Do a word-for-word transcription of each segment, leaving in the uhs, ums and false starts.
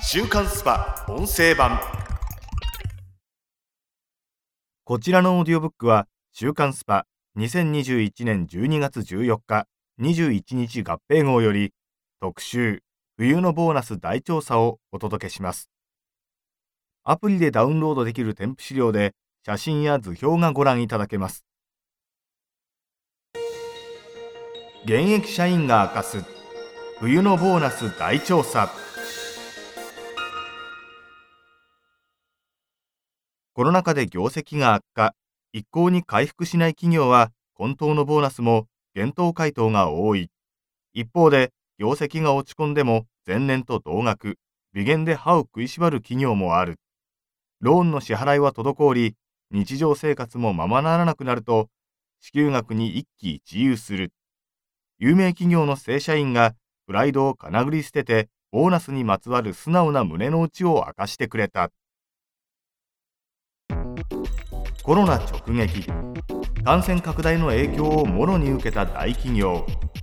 週刊スパ音声版。 こちらのオーディオブックは週刊スパにせんにじゅういちねんじゅうにがつじゅうよっかにじゅういちにち合併号より特集冬のボーナス大調査をお届けします。アプリでダウンロードできる添付資料で写真や図表がご覧いただけます。現役社員が明かす冬のボーナス大調査。コロナ禍で業績が悪化、一向に回復しない企業は今当のボーナスも減等回答が多い。一方で業績が落ち込んでも前年と同額、微減で歯を食いしばる企業もある。ローンの支払いは滞り、日常生活もままならなくなると支給額に一喜一憂する。有名企業の正社員がプライドをかなぐり捨ててボーナスにまつわる素直な胸の内を明かしてくれた。コロナ直撃、感染拡大の影響をもろに受けた大企業。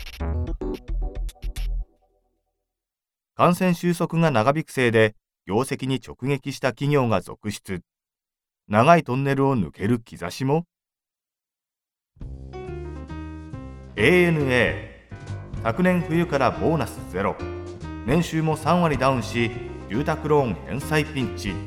感染収束が長引くせいで業績に直撃した企業が続出。長いトンネルを抜ける兆しも。 エーエヌエー、 昨年冬からボーナスゼロ、年収もさんわりダウンし住宅ローン返済ピンチ。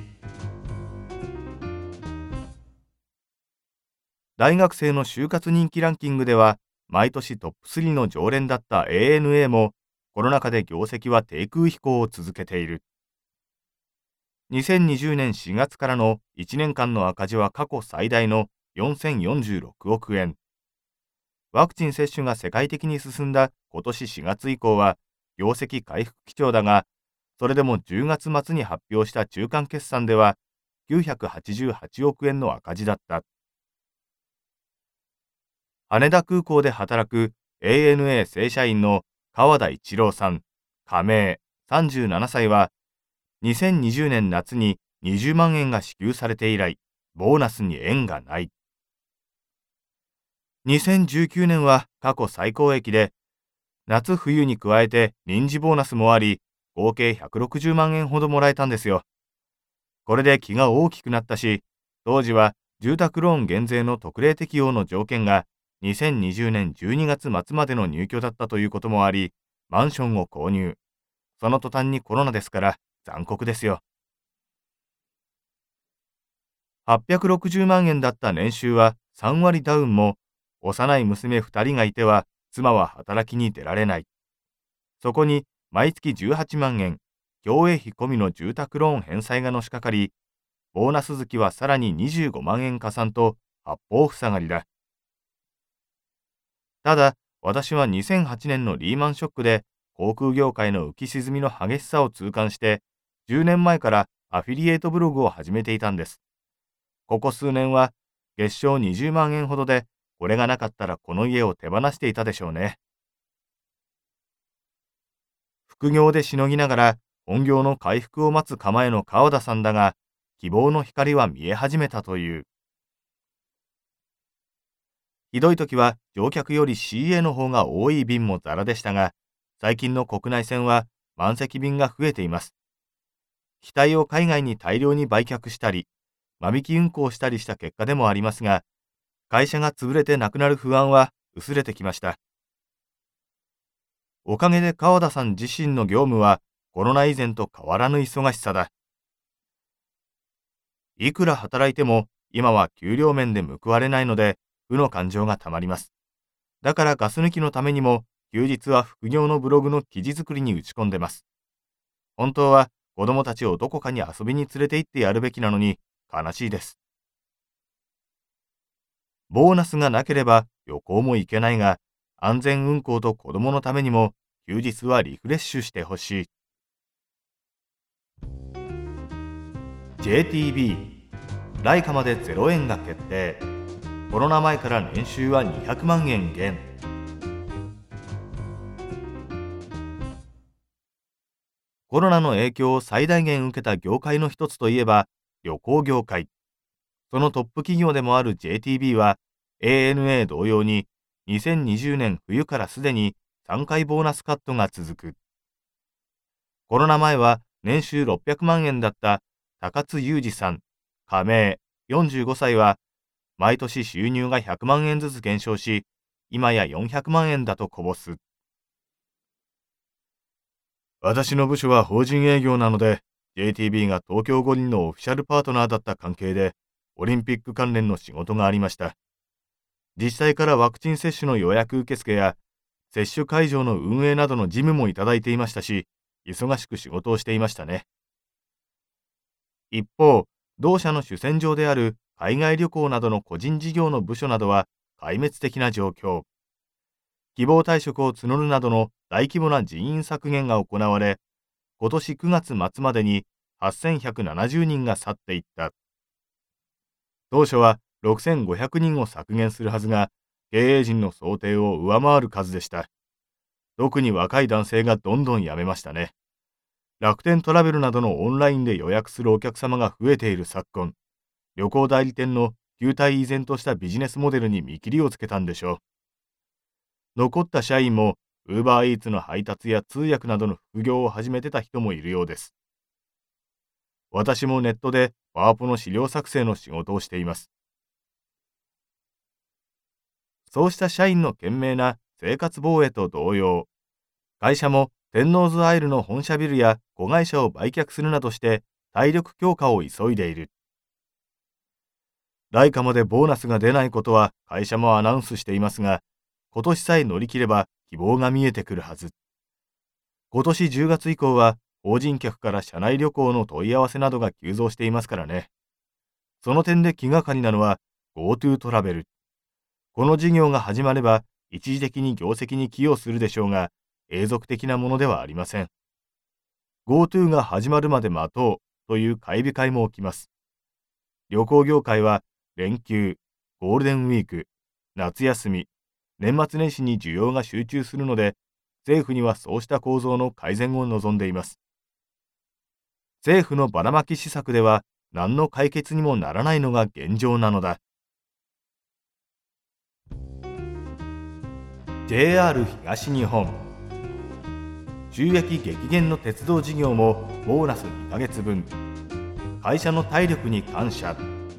大学生の就活人気ランキングでは毎年トップスリーの常連だった エーエヌエー もコロナ禍で業績は低空飛行を続けている。にせんにじゅうねんしがつからのいちねんかんの赤字は過去最大のよんせんよんじゅうろくおくえん。ワクチン接種が世界的に進んだ今年しがつ以降は業績回復基調だが、それでもじゅうがつまつに発表した中間決算ではきゅうひゃくはちじゅうはちおくえんの赤字だった。羽田空港で働く エーエヌエー 正社員の川田一郎さん、加盟さんじゅうななさいは、にせんにじゅうねん夏ににじゅうまんえんが支給されて以来、ボーナスに縁がない。にせんじゅうきゅうねんは過去最高益で、夏冬に加えて臨時ボーナスもあり、合計ひゃくろくじゅうまんえんほどもらえたんですよ。これで気が大きくなったし、当時は住宅ローン減税の特例適用の条件がにせんにじゅうねんじゅうにがつまつまでの入居だったということもあり、マンションを購入。その途端にコロナですから残酷ですよ。はっぴゃくろくじゅうまんえんだった年収はさんわりダウンも、幼い娘ふたりがいては妻は働きに出られない。そこに毎月じゅうはちまんえん、共営費込みの住宅ローン返済がのしかかり、ボーナス月はさらににじゅうごまんえん加算と八方塞がりだ。ただ、私はにせんはちねんのリーマンショックで航空業界の浮き沈みの激しさを痛感して、じゅうねんまえからアフィリエイトブログを始めていたんです。ここ数年は月賞にじゅうまんえんほどで、これがなかったらこの家を手放していたでしょうね。副業でしのぎながら本業の回復を待つ構えの川田さんだが、希望の光は見え始めたという。ひどい時は乗客より シーエー の方が多い便もザラでしたが、最近の国内線は満席便が増えています。機体を海外に大量に売却したり、間引き運航したりした結果でもありますが、会社が潰れてなくなる不安は薄れてきました。おかげで川田さん自身の業務はコロナ以前と変わらぬ忙しさだ。いくら働いても今は給料面で報われないので、負の感情がたまります。だからガス抜きのためにも休日は副業のブログの記事作りに打ち込んでます。本当は子供たちをどこかに遊びに連れて行ってやるべきなのに悲しいです。ボーナスがなければ旅行も行けないが、安全運航と子供のためにも休日はリフレッシュしてほしい。 ジェーティービー、 ライカまでゼロえんが決定。コロナ前から年収はにひゃくまんえん減。コロナの影響を最大限受けた業界の一つといえば旅行業界。そのトップ企業でもある ジェーティービー は エーエヌエー 同様ににせんにじゅうねん冬からすでにさんかいボーナスカットが続く。コロナ前は年収ろっぴゃくまんえんだった高津裕二さん、加盟よんじゅうごさいは、毎年収入がひゃくまんえんずつ減少し、今やよんひゃくまんえんだとこぼす。私の部署は法人営業なので、ジェイティービー が東京五輪のオフィシャルパートナーだった関係で、オリンピック関連の仕事がありました。自治体からワクチン接種の予約受付や、接種会場の運営などの事務もいただいていましたし、忙しく仕事をしていましたね。一方、同社の主戦場である海外旅行などの個人事業の部署などは壊滅的な状況。希望退職を募るなどの大規模な人員削減が行われ、今年くがつ末までにはっせんひゃくななじゅうにんが去っていった。当初はろくせんごひゃくにんを削減するはずが、経営陣の想定を上回る数でした。特に若い男性がどんどん辞めましたね。楽天トラベルなどのオンラインで予約するお客様が増えている昨今、旅行代理店の旧態依然としたビジネスモデルに見切りをつけたんでしょう。残った社員も、ウーバーイーツの配達や通訳などの副業を始めてた人もいるようです。私もネットでパワポの資料作成の仕事をしています。そうした社員の懸命な生活防衛と同様、会社も天王洲アイルの本社ビルや子会社を売却するなどして体力強化を急いでいる。来夏までボーナスが出ないことは会社もアナウンスしていますが、今年さえ乗り切れば希望が見えてくるはず。今年じゅうがつ以降は法人客から社内旅行の問い合わせなどが急増していますからね。その点で気がかりなのは GoTo トラベル。この事業が始まれば一時的に業績に寄与するでしょうが、永続的なものではありません。GoTo が始まるまで待とうという買い控えも起きます。旅行業界は連休、ゴールデンウィーク、夏休み、年末年始に需要が集中するので、政府にはそうした構造の改善を望んでいます。政府のばらまき施策では何の解決にもならないのが現状なのだ。ジェイアール 東日本。収益激減の鉄道事業もボーナスにかげつぶん。会社の体力に感謝。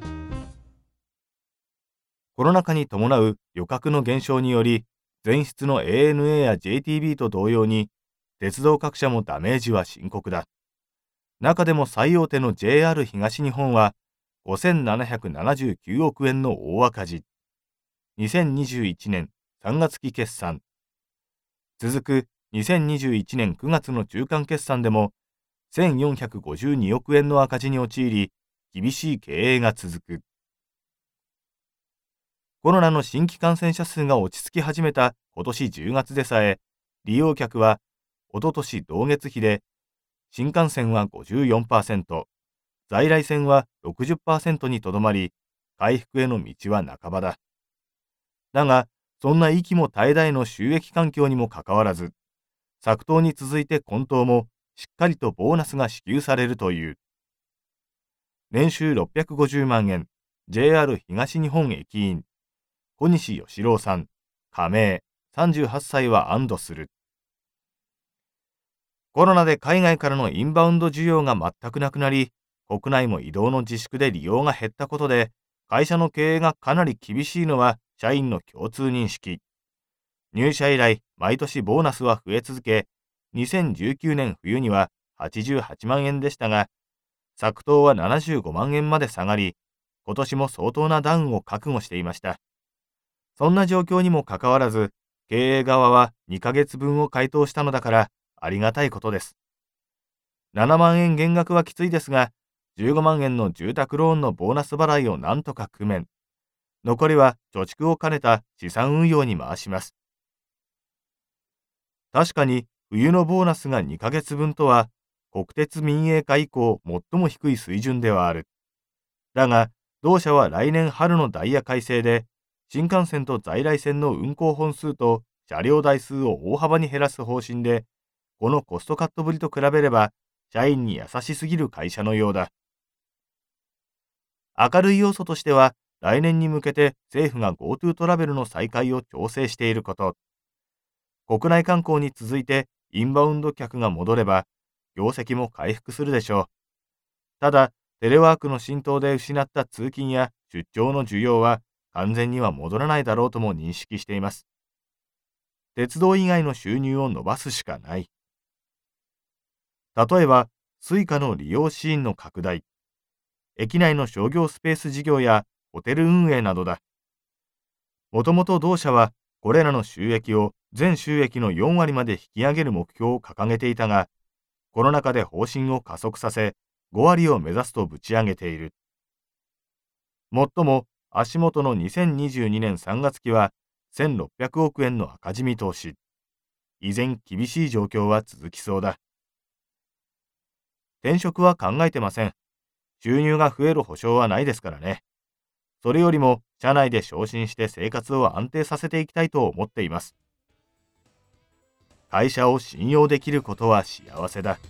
コロナ禍に伴う旅客の減少により、前出の エーエヌエー や ジェイティービー と同様に、鉄道各社もダメージは深刻だ。中でも最大手の ジェイアール 東日本はごせんななひゃくななじゅうきゅうおくえんの大赤字。にせんにじゅういちねんさんがつき決算。続くにせんにじゅういちねんくがつの中間決算でもせんよんひゃくごじゅうにおくえんの赤字に陥り、厳しい経営が続く。コロナの新規感染者数が落ち着き始めた今年じゅうがつでさえ、利用客はおととし同月比で新幹線は ごじゅうよんパーセント、在来線は ろくじゅっパーセント にとどまり、回復への道は半ばだ。だが、そんな息も絶え絶えの収益環境にもかかわらず、昨冬に続いて今冬もしっかりとボーナスが支給されるという。年収ろっぴゃくごじゅうまんえん、ジェイアール 東日本駅員、小西義郎さん、加盟、さんじゅうはっさいは安堵する。コロナで海外からのインバウンド需要が全くなくなり、国内も移動の自粛で利用が減ったことで、会社の経営がかなり厳しいのは社員の共通認識。入社以来、毎年ボーナスは増え続け、にせんじゅうきゅうねん冬にははちじゅうはちまんえんでしたが、昨冬はななじゅうごまんえんまで下がり、今年も相当なダウンを覚悟していました。そんな状況にもかかわらず、経営側はにかげつぶんを回答したのだから、ありがたいことです。ななまんえん減額はきついですが、じゅうごまんえんの住宅ローンのボーナス払いをなんとか工面。残りは貯蓄を兼ねた資産運用に回します。確かに冬のボーナスがにかげつぶんとは、国鉄民営化以降最も低い水準ではある。だが、同社は来年春のダイヤ改正で、新幹線と在来線の運行本数と車両台数を大幅に減らす方針で、このコストカットぶりと比べれば、社員に優しすぎる会社のようだ。明るい要素としては、来年に向けて政府が GoTo トラベルの再開を調整していること。国内観光に続いてインバウンド客が戻れば、 業績も回復するでしょう。ただ、テレワークの浸透で失った通勤や出張の需要は完全には戻らないだろうとも認識しています。鉄道以外の収入を伸ばすしかない。例えば、スイカの利用シーンの拡大、駅内の商業スペース事業やホテル運営などだ。もともと同社はこれらの収益を全収益のよんわりまで引き上げる目標を掲げていたが、コロナ禍で方針を加速させ、ごわりを目指すとぶち上げている。もっとも足元のにせんにじゅうにねんさんがつきはせんろっぴゃくおくえんの赤字見通し。依然厳しい状況は続きそうだ。転職は考えてません。収入が増える保証はないですからね。それよりも社内で昇進して生活を安定させていきたいと思っています。会社を信用できることは幸せだ。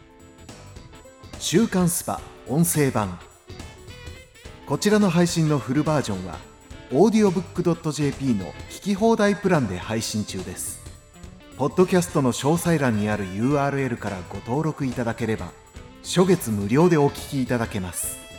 週刊スパ音声版。こちらの配信のフルバージョンは オーディオブックドットジェーピー の聞き放題プランで配信中です。ポッドキャストの詳細欄にある ユーアールエル からご登録いただければ初月無料でお聞きいただけます。